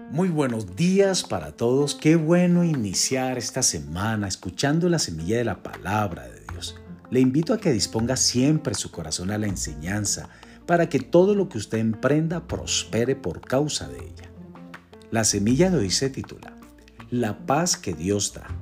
Muy buenos días para todos. Qué bueno iniciar esta semana escuchando la semilla de la palabra de Dios. Le invito a que disponga siempre su corazón a la enseñanza para que todo lo que usted emprenda prospere por causa de ella. La semilla de hoy se titula La paz que Dios da.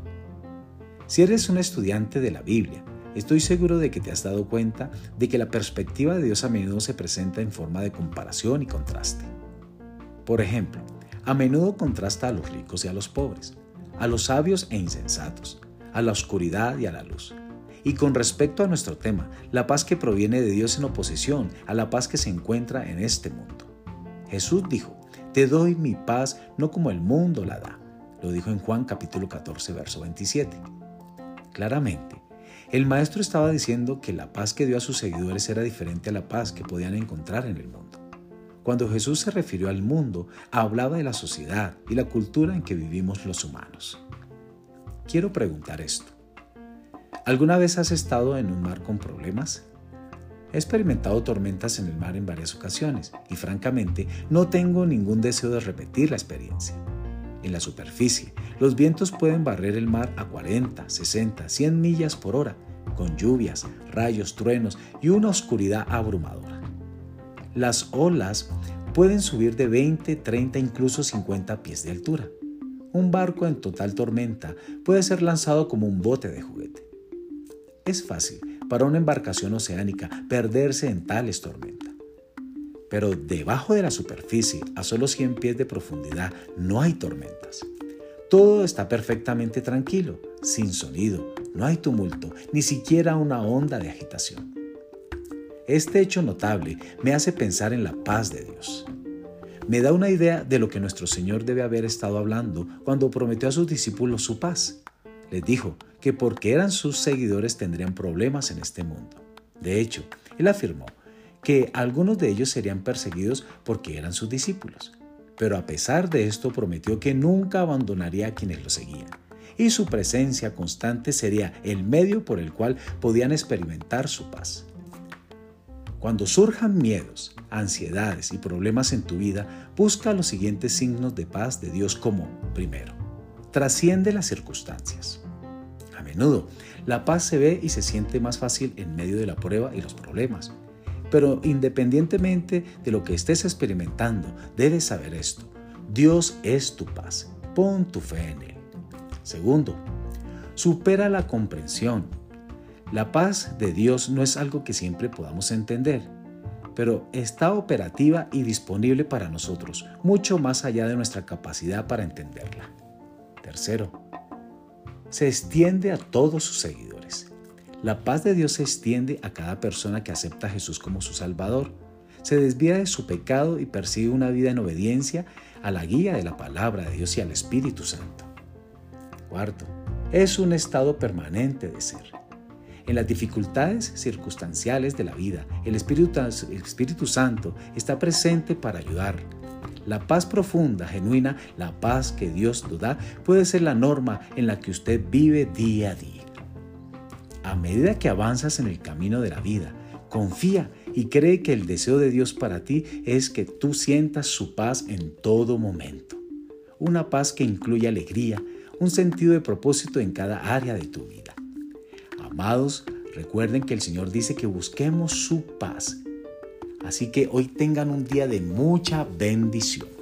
Si eres un estudiante de la Biblia, estoy seguro de que te has dado cuenta de que la perspectiva de Dios a menudo se presenta en forma de comparación y contraste. Por ejemplo, a menudo contrasta a los ricos y a los pobres, a los sabios e insensatos, a la oscuridad y a la luz. Y con respecto a nuestro tema, la paz que proviene de Dios en oposición a la paz que se encuentra en este mundo. Jesús dijo, te doy mi paz no como el mundo la da. Lo dijo en Juan capítulo 14, verso 27. Claramente, el maestro estaba diciendo que la paz que dio a sus seguidores era diferente a la paz que podían encontrar en el mundo. Cuando Jesús se refirió al mundo, hablaba de la sociedad y la cultura en que vivimos los humanos. Quiero preguntar esto. ¿Alguna vez has estado en un mar con problemas? He experimentado tormentas en el mar en varias ocasiones y francamente no tengo ningún deseo de repetir la experiencia. En la superficie, los vientos pueden barrer el mar a 40, 60, 100 millas por hora, con lluvias, rayos, truenos y una oscuridad abrumadora. Las olas pueden subir de 20, 30, incluso 50 pies de altura. Un barco en total tormenta puede ser lanzado como un bote de juguete. Es fácil para una embarcación oceánica perderse en tales tormentas. Pero debajo de la superficie, a solo 100 pies de profundidad, no hay tormentas. Todo está perfectamente tranquilo, sin sonido, no hay tumulto, ni siquiera una onda de agitación. Este hecho notable me hace pensar en la paz de Dios. Me da una idea de lo que nuestro Señor debe haber estado hablando cuando prometió a sus discípulos su paz. Les dijo que porque eran sus seguidores tendrían problemas en este mundo. De hecho, Él afirmó que algunos de ellos serían perseguidos porque eran sus discípulos. Pero a pesar de esto prometió que nunca abandonaría a quienes lo seguían. Y su presencia constante sería el medio por el cual podían experimentar su paz. Cuando surjan miedos, ansiedades y problemas en tu vida, busca los siguientes signos de paz de Dios como, primero, trasciende las circunstancias. A menudo, la paz se ve y se siente más fácil en medio de la prueba y los problemas. Pero independientemente de lo que estés experimentando, debes saber esto. Dios es tu paz. Pon tu fe en Él. Segundo, supera la comprensión. La paz de Dios no es algo que siempre podamos entender, pero está operativa y disponible para nosotros, mucho más allá de nuestra capacidad para entenderla. Tercero, se extiende a todos sus seguidores. La paz de Dios se extiende a cada persona que acepta a Jesús como su Salvador, se desvía de su pecado y persigue una vida en obediencia a la guía de la palabra de Dios y al Espíritu Santo. Cuarto, es un estado permanente de ser. En las dificultades circunstanciales de la vida, el Espíritu Santo está presente para ayudar. La paz profunda, genuina, la paz que Dios nos da, puede ser la norma en la que usted vive día a día. A medida que avanzas en el camino de la vida, confía y cree que el deseo de Dios para ti es que tú sientas su paz en todo momento. Una paz que incluye alegría, un sentido de propósito en cada área de tu vida. Amados, recuerden que el Señor dice que busquemos su paz. Así que hoy tengan un día de mucha bendición.